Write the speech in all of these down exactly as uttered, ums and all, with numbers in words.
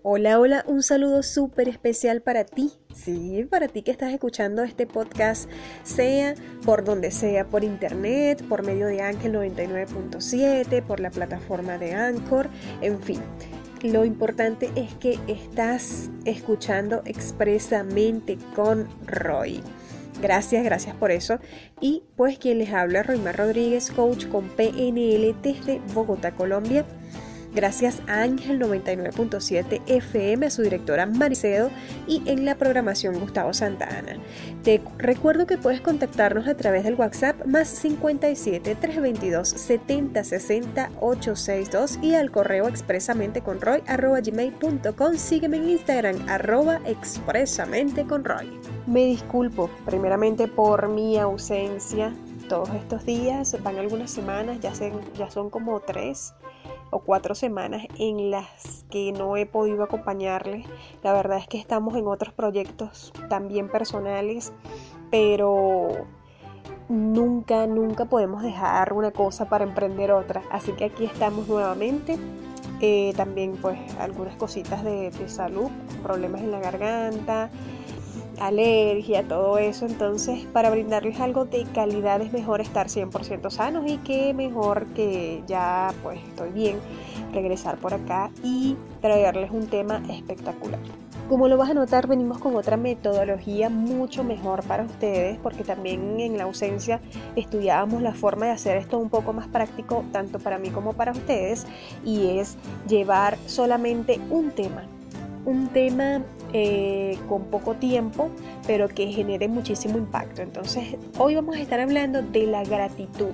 Hola, hola, un saludo súper especial para ti, sí, para ti que estás escuchando este podcast, sea por donde sea, por internet, por medio de Ángel noventa y nueve punto siete, por la plataforma de Anchor, en fin. Lo importante es que estás escuchando expresamente con Roy. Gracias, gracias por eso. Y pues quien les habla, Roymar Rodríguez, coach con P N L desde Bogotá, Colombia. Gracias a Ángel noventa y nueve punto siete F M, a su directora Maricedo y en la programación Gustavo Santa Ana. Te recuerdo que puedes contactarnos a través del WhatsApp más cincuenta y siete, trescientos veintidós, setenta sesenta, ochocientos sesenta y dos y al correo expresamente con Roy arroba gmail punto com. Sígueme en Instagram arroba expresamente con Roy. Me disculpo primeramente por mi ausencia todos estos días, van algunas semanas, ya, se, ya son como tres o cuatro semanas en las que no he podido acompañarles. La verdad es que estamos en otros proyectos también personales, pero nunca, nunca podemos dejar una cosa para emprender otra. Así que aquí estamos nuevamente. Eh, también pues algunas cositas de, de salud, problemas en la garganta, alergia, todo eso. Entonces, para brindarles algo de calidad es mejor estar cien por ciento sanos, y qué mejor que ya pues estoy bien, regresar por acá y traerles un tema espectacular. Como lo vas a notar, venimos con otra metodología mucho mejor para ustedes, porque también en la ausencia estudiábamos la forma de hacer esto un poco más práctico, tanto para mí como para ustedes, y es llevar solamente un tema, un tema eh, con poco tiempo, pero que genere muchísimo impacto. Entonces, hoy vamos a estar hablando de la gratitud.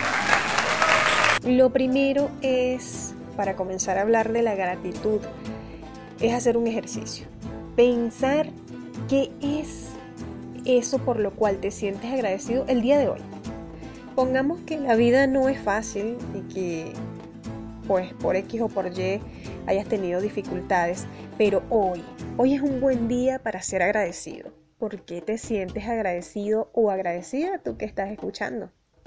Lo primero es, para comenzar a hablar de la gratitud, es hacer un ejercicio. Pensar qué es eso por lo cual te sientes agradecido el día de hoy. Pongamos que la vida no es fácil y que pues por X o por Y hayas tenido dificultades, pero hoy, hoy es un buen día para ser agradecido. ¿Por qué te sientes agradecido o agradecida tú que estás escuchando?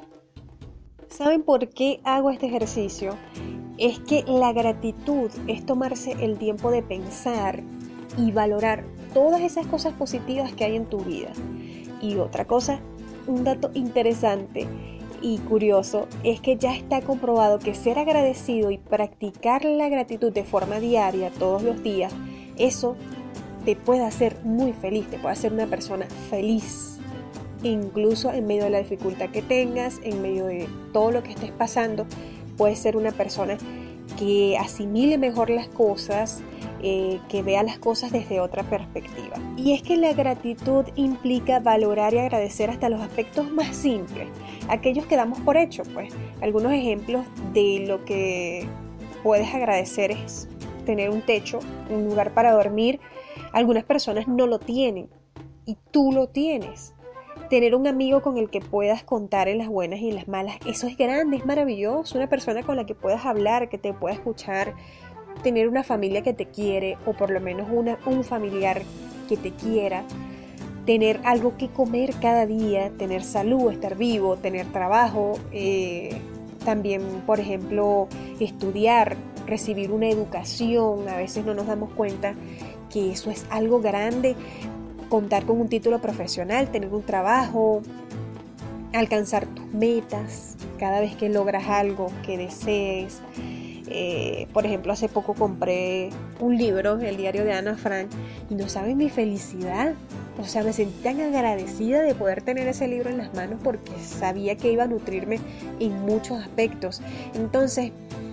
¿Saben por qué hago este ejercicio? Es que la gratitud es tomarse el tiempo de pensar y valorar todas esas cosas positivas que hay en tu vida. Y otra cosa, un dato interesante y curioso, es que ya está comprobado que ser agradecido y practicar la gratitud de forma diaria, todos los días, eso te puede hacer muy feliz, te puede hacer una persona feliz. Incluso en medio de la dificultad que tengas, en medio de todo lo que estés pasando, puedes ser una persona que asimile mejor las cosas, eh, que vea las cosas desde otra perspectiva. Y es que la gratitud implica valorar y agradecer hasta los aspectos más simples, aquellos que damos por hecho. Pues algunos ejemplos de lo que puedes agradecer es tener un techo, un lugar para dormir. Algunas personas no lo tienen y tú lo tienes. Tener un amigo con el que puedas contar en las buenas y en las malas, eso es grande, es maravilloso. Una persona con la que puedas hablar, que te pueda escuchar. Tener una familia que te quiere, o por lo menos una, un familiar que te quiera. Tener algo que comer cada día, tener salud, estar vivo, tener trabajo. Eh, también, por ejemplo, estudiar, recibir una educación. A veces no nos damos cuenta que eso es algo grande. Contar con un título profesional, tener un trabajo, alcanzar tus metas cada vez que logras algo que desees. Eh, por ejemplo, hace poco compré un libro, el diario de Ana Frank, y no saben mi felicidad. O sea, me sentí tan agradecida de poder tener ese libro en las manos, porque sabía que iba a nutrirme en muchos aspectos. Entonces,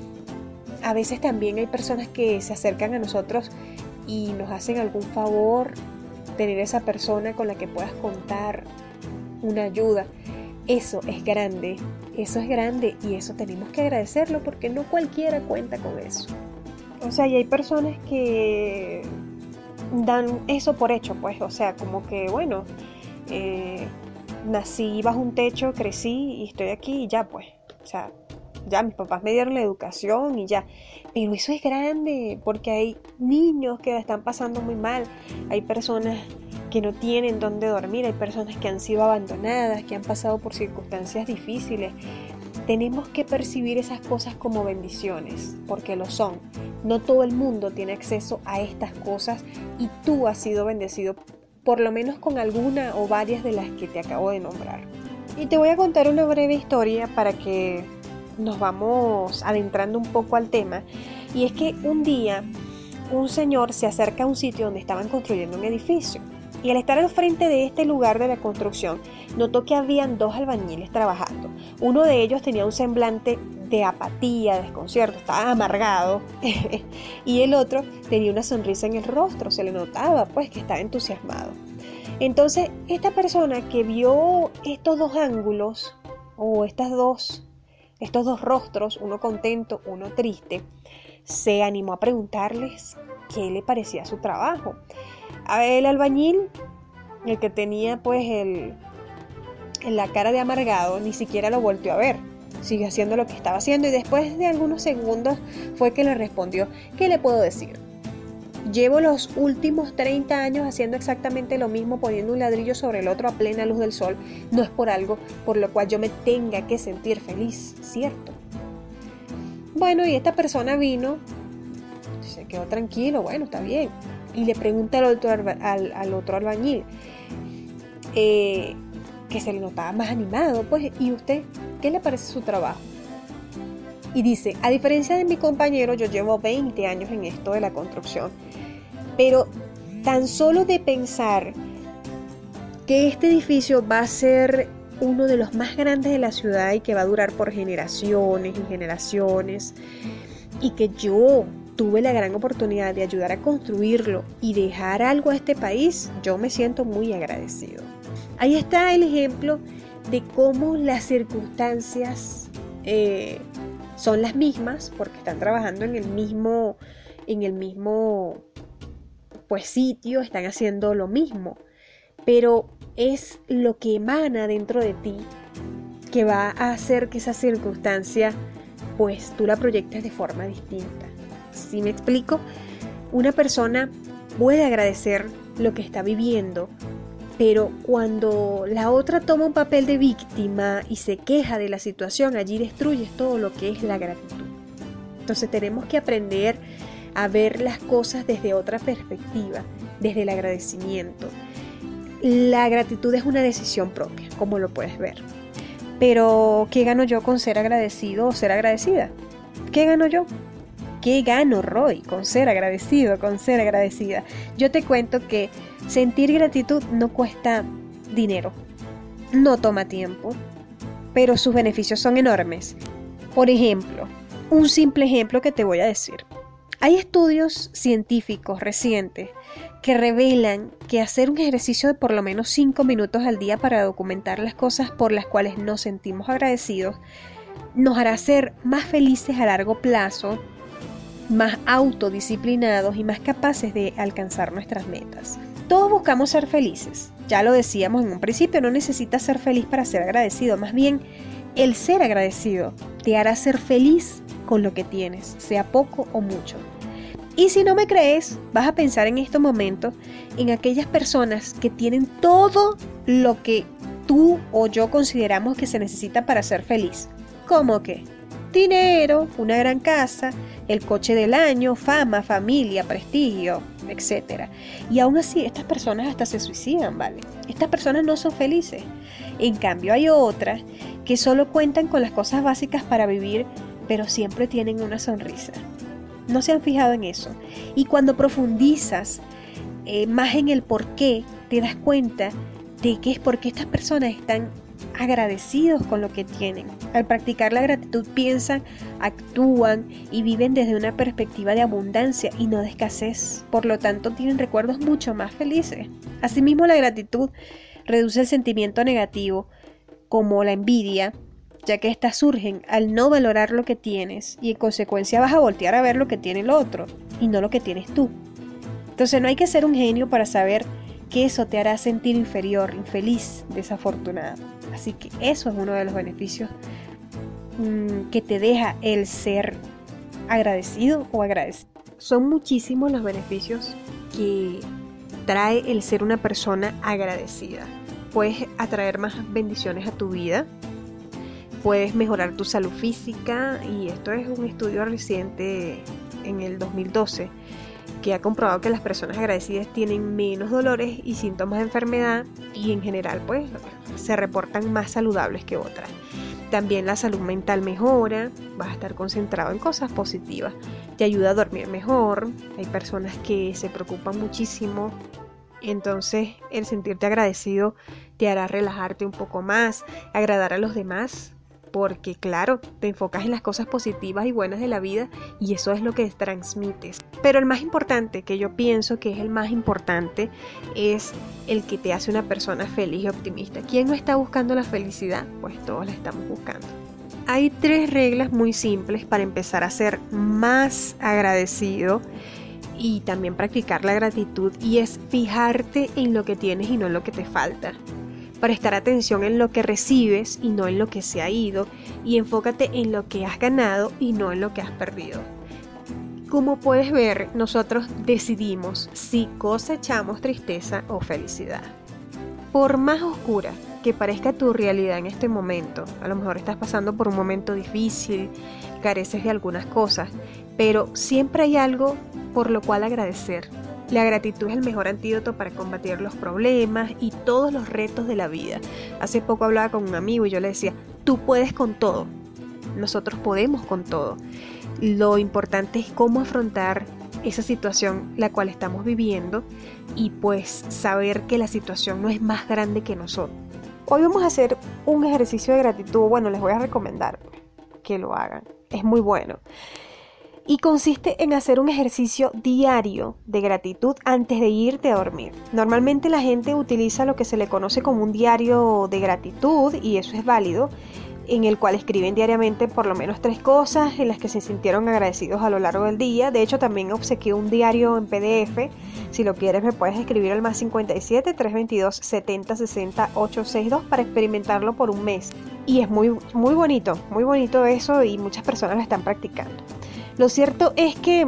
a veces también hay personas que se acercan a nosotros y nos hacen algún favor. Tener esa persona con la que puedas contar una ayuda, eso es grande, eso es grande y eso tenemos que agradecerlo, porque no cualquiera cuenta con eso. O sea, y hay personas que dan eso por hecho, pues, o sea, como que, bueno, eh, nací bajo un techo, crecí y estoy aquí y ya, pues, o sea, ya mis papás me dieron la educación y ya. Pero eso es grande, porque hay niños que la están pasando muy mal, hay personas que no tienen dónde dormir, hay personas que han sido abandonadas, que han pasado por circunstancias difíciles. tenemos que percibir esas cosas como bendiciones, porque lo son. No todo el mundo tiene acceso a estas cosas y tú has sido bendecido por lo menos con alguna o varias de las que te acabo de nombrar. Y te voy a contar una breve historia para que nos vamos adentrando un poco al tema. Y es que un día un señor se acerca a un sitio donde estaban construyendo un edificio. Y al estar al frente de este lugar de la construcción, notó que habían dos albañiles trabajando. Uno de ellos tenía un semblante de apatía, desconcierto, estaba amargado. Y el otro tenía una sonrisa en el rostro, se le notaba pues que estaba entusiasmado. Entonces, esta persona que vio estos dos ángulos, o estas dos, estos dos rostros, uno contento, uno triste, se animó a preguntarles qué le parecía su trabajo. El albañil, el que tenía pues el, la cara de amargado, ni siquiera lo volteó a ver. Sigue haciendo lo que estaba haciendo y después de algunos segundos fue que le respondió: ¿qué le puedo decir? Llevo los últimos treinta años haciendo exactamente lo mismo, poniendo un ladrillo sobre el otro a plena luz del sol. No es por algo por lo cual yo me tenga que sentir feliz, ¿cierto? Bueno, y esta persona vino, se quedó tranquilo, bueno, está bien. Y le pregunta al otro, al, al otro albañil, eh, que se le notaba más animado, pues, ¿y usted qué le parece su trabajo? Y dice: a diferencia de mi compañero, yo llevo veinte años en esto de la construcción, pero tan solo de pensar que este edificio va a ser uno de los más grandes de la ciudad y que va a durar por generaciones y generaciones, y que yo tuve la gran oportunidad de ayudar a construirlo y dejar algo a este país, yo me siento muy agradecido. Ahí está el ejemplo de cómo las circunstancias eh, son las mismas, porque están trabajando en el mismo, en el mismo pues, sitio, están haciendo lo mismo, pero es lo que emana dentro de ti que va a hacer que esa circunstancia pues tú la proyectes de forma distinta. ¿Sí me explico? Una persona puede agradecer lo que está viviendo, pero cuando la otra toma un papel de víctima y se queja de la situación, allí destruyes todo lo que es la gratitud. Entonces tenemos que aprender a ver las cosas desde otra perspectiva, desde el agradecimiento. La gratitud es una decisión propia, como lo puedes ver. Pero, ¿qué gano yo con ser agradecido o ser agradecida? ¿Qué gano yo? ¿Qué gano, Roy, con ser agradecido, con ser agradecida? Yo te cuento que sentir gratitud no cuesta dinero, no toma tiempo, pero sus beneficios son enormes. Por ejemplo, un simple ejemplo que te voy a decir. Hay estudios científicos recientes que revelan que hacer un ejercicio de por lo menos cinco minutos al día para documentar las cosas por las cuales nos sentimos agradecidos nos hará ser más felices a largo plazo, más autodisciplinados y más capaces de alcanzar nuestras metas. Todos buscamos ser felices. Ya lo decíamos en un principio, no necesitas ser feliz para ser agradecido. Más bien, el ser agradecido te hará ser feliz con lo que tienes, sea poco o mucho. Y si no me crees, vas a pensar en estos momentos en aquellas personas que tienen todo lo que tú o yo consideramos que se necesita para ser feliz. ¿Cómo qué? Dinero, una gran casa, el coche del año, fama, familia, prestigio, etcétera. Y aún así, estas personas hasta se suicidan, ¿vale? Estas personas no son felices. En cambio, hay otras que solo cuentan con las cosas básicas para vivir, pero siempre tienen una sonrisa. ¿No se han fijado en eso? Y cuando profundizas eh, más en el por qué, te das cuenta de que es porque estas personas están agradecidos con lo que tienen. Al practicar la gratitud piensan, actúan y viven desde una perspectiva de abundancia y no de escasez. Por lo tanto, tienen recuerdos mucho más felices. Asimismo, la gratitud reduce el sentimiento negativo, como la envidia, ya que éstas surgen al no valorar lo que tienes y en consecuencia vas a voltear a ver lo que tiene el otro y no lo que tienes tú. Entonces no hay que ser un genio para saber que eso te hará sentir inferior, infeliz, desafortunado. Así que eso es uno de los beneficios mmm, que te deja el ser agradecido o agradecido. Son muchísimos los beneficios que trae el ser una persona agradecida. Puedes atraer más bendiciones a tu vida. puedes mejorar tu salud física, y esto es un estudio reciente en el dos mil doce que ha comprobado que las personas agradecidas tienen menos dolores y síntomas de enfermedad, y en general pues se reportan más saludables que otras. También la salud mental mejora, vas a estar concentrado en cosas positivas, te ayuda a dormir mejor. Hay personas que se preocupan muchísimo, entonces el sentirte agradecido te hará relajarte un poco más, agradar a los demás, porque claro, te enfocas en las cosas positivas y buenas de la vida, y eso es lo que transmites. Pero el más importante, que yo pienso que es el más importante, es el que te hace una persona feliz y optimista. ¿Quién no está buscando la felicidad? Pues todos la estamos buscando. Hay tres reglas muy simples para empezar a ser más agradecido y también practicar la gratitud, y es fijarte en lo que tienes y no en lo que te falta. Prestar atención en lo que recibes y no en lo que se ha ido, y enfócate en lo que has ganado y no en lo que has perdido. Como puedes ver, nosotros decidimos si cosechamos tristeza o felicidad. Por más oscura que parezca tu realidad en este momento, a lo mejor estás pasando por un momento difícil, careces de algunas cosas, pero siempre hay algo por lo cual agradecer. La gratitud es el mejor antídoto para combatir los problemas y todos los retos de la vida. Hace poco hablaba con un amigo y yo le decía, tú puedes con todo. Nosotros podemos con todo. Lo importante es cómo afrontar esa situación la cual estamos viviendo, y pues saber que la situación no es más grande que nosotros. Hoy vamos a hacer un ejercicio de gratitud. Bueno, les voy a recomendar que lo hagan. Es muy bueno. Y consiste en hacer un ejercicio diario de gratitud antes de irte a dormir. Normalmente la gente utiliza lo que se le conoce como un diario de gratitud, y eso es válido, en el cual escriben diariamente por lo menos tres cosas en las que se sintieron agradecidos a lo largo del día. De hecho, también obsequié un diario en P D F. Si lo quieres, me puedes escribir al más cincuenta y siete, trescientos veintidós, setenta, sesenta, ochocientos sesenta y dos para experimentarlo por un mes. Y es muy, muy bonito, muy bonito eso, y muchas personas lo están practicando. Lo cierto es que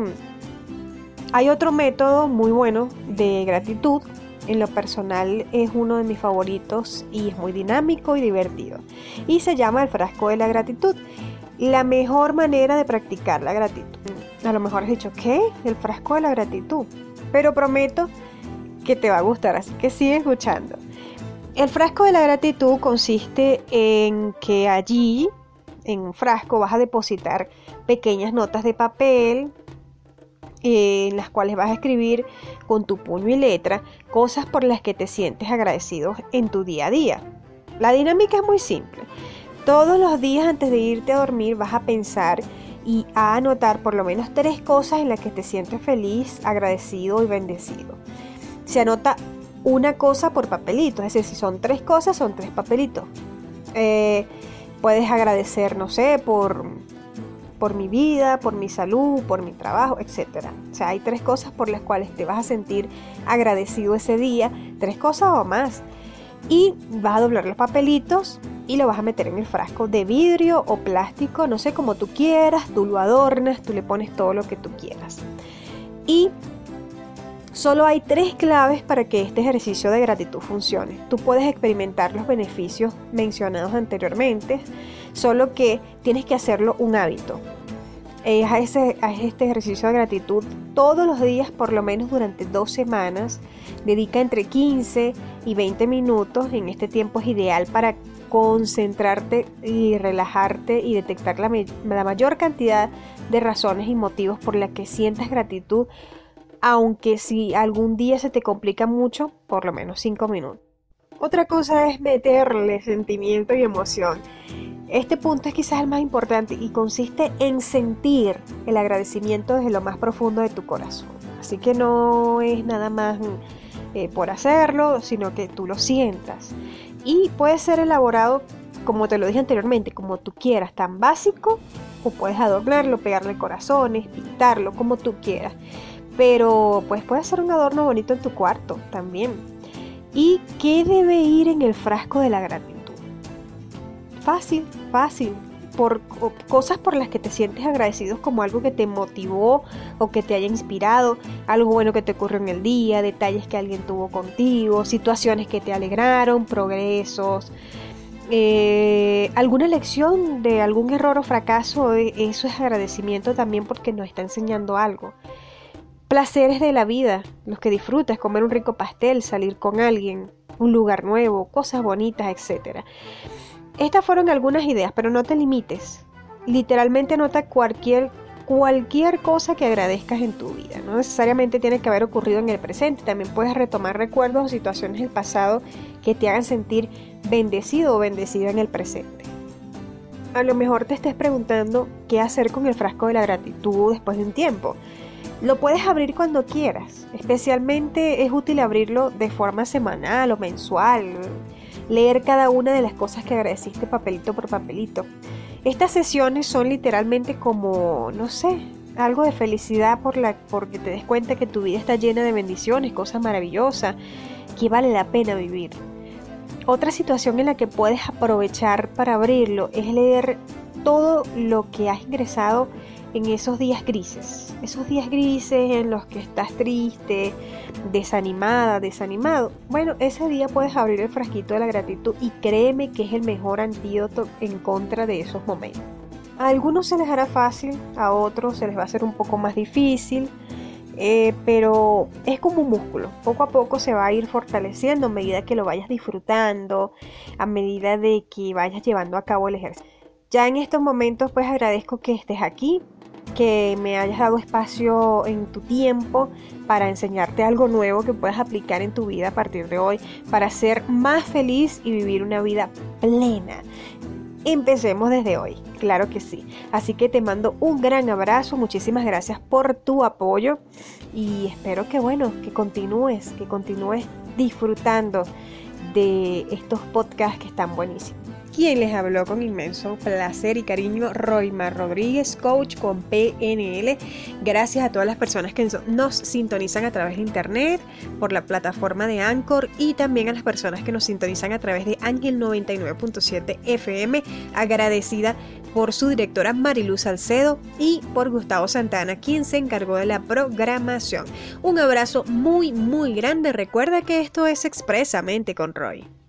hay otro método muy bueno de gratitud. En lo personal es uno de mis favoritos y es muy dinámico y divertido. Y se llama el frasco de la gratitud. La mejor manera de practicar la gratitud. A lo mejor has dicho, ¿qué? El frasco de la gratitud. Pero prometo que te va a gustar, así que sigue escuchando. El frasco de la gratitud consiste en que allí, en un frasco, vas a depositar pequeñas notas de papel, eh, en las cuales vas a escribir con tu puño y letra cosas por las que te sientes agradecido en tu día a día. La dinámica es muy simple. Todos los días antes de irte a dormir vas a pensar y a anotar por lo menos tres cosas en las que te sientes feliz, agradecido y bendecido. Se anota una cosa por papelito, es decir, si son tres cosas, son tres papelitos. Eh, puedes agradecer, no sé, por, por mi vida, por mi salud, por mi trabajo, etcétera. O sea, hay tres cosas por las cuales te vas a sentir agradecido ese día, tres cosas o más. Y vas a doblar los papelitos y lo vas a meter en el frasco de vidrio o plástico, no sé, como tú quieras. Tú lo adornas, tú le pones todo lo que tú quieras. Y solo hay tres claves para que este ejercicio de gratitud funcione. Tú puedes experimentar los beneficios mencionados anteriormente, solo que tienes que hacerlo un hábito. Eh, a, ese, a este ejercicio de gratitud todos los días, por lo menos durante dos semanas. Dedica entre quince y veinte minutos. En este tiempo es ideal para concentrarte y relajarte y detectar la, la mayor cantidad de razones y motivos por las que sientas gratitud, aunque si algún día se te complica mucho, por lo menos cinco minutos. Otra cosa es meterle sentimiento y emoción. Este punto es quizás el más importante y consiste en sentir el agradecimiento desde lo más profundo de tu corazón. Así que no es nada más eh, por hacerlo, sino que tú lo sientas. Y puede ser elaborado, como te lo dije anteriormente, como tú quieras, tan básico, o puedes adornarlo, pegarle corazones, pintarlo, como tú quieras. Pero pues puede ser un adorno bonito en tu cuarto también. ¿Y qué debe ir en el frasco de la gratitud? Fácil, fácil. Por cosas por las que te sientes agradecido, como algo que te motivó o que te haya inspirado, algo bueno que te ocurrió en el día, detalles que alguien tuvo contigo, situaciones que te alegraron, progresos. eh, alguna lección de algún error o fracaso, eso es agradecimiento también porque nos está enseñando algo. Placeres de la vida, los que disfrutas, comer un rico pastel, salir con alguien, un lugar nuevo, cosas bonitas, etcétera. Estas fueron algunas ideas, pero no te limites. Literalmente anota cualquier, cualquier cosa que agradezcas en tu vida. No necesariamente tiene que haber ocurrido en el presente. También puedes retomar recuerdos o situaciones del pasado que te hagan sentir bendecido o bendecida en el presente. A lo mejor te estés preguntando qué hacer con el frasco de la gratitud después de un tiempo. Lo puedes abrir cuando quieras. Especialmente es útil abrirlo de forma semanal o mensual. Leer cada una de las cosas que agradeciste papelito por papelito. Estas sesiones son literalmente como, no sé, algo de felicidad por la, porque te des cuenta que tu vida está llena de bendiciones, cosas maravillosas, que vale la pena vivir. Otra situación en la que puedes aprovechar para abrirlo es leer todo lo que has ingresado en esos días grises. Esos días grises en los que estás triste, desanimada, desanimado. Bueno, ese día puedes abrir el frasquito de la gratitud y créeme que es el mejor antídoto en contra de esos momentos. A algunos se les hará fácil, a otros se les va a hacer un poco más difícil, eh, pero es como un músculo. Poco a poco se va a ir fortaleciendo a medida que lo vayas disfrutando, a medida de que vayas llevando a cabo el ejercicio. Ya en estos momentos pues agradezco que estés aquí, que me hayas dado espacio en tu tiempo para enseñarte algo nuevo que puedas aplicar en tu vida a partir de hoy para ser más feliz y vivir una vida plena. Empecemos desde hoy, claro que sí. Así que te mando un gran abrazo, muchísimas gracias por tu apoyo y espero que bueno, que continúes, que continúes disfrutando de estos podcasts que están buenísimos. Quien les habló con inmenso placer y cariño, Roymar Rodríguez, coach con P N L. Gracias a todas las personas que nos sintonizan a través de internet, por la plataforma de Anchor y también a las personas que nos sintonizan a través de Ángel noventa y nueve punto siete F M. Agradecida por su directora Mariluz Salcedo y por Gustavo Santana, quien se encargó de la programación. Un abrazo muy, muy grande. Recuerda que esto es Expresamente con Roy.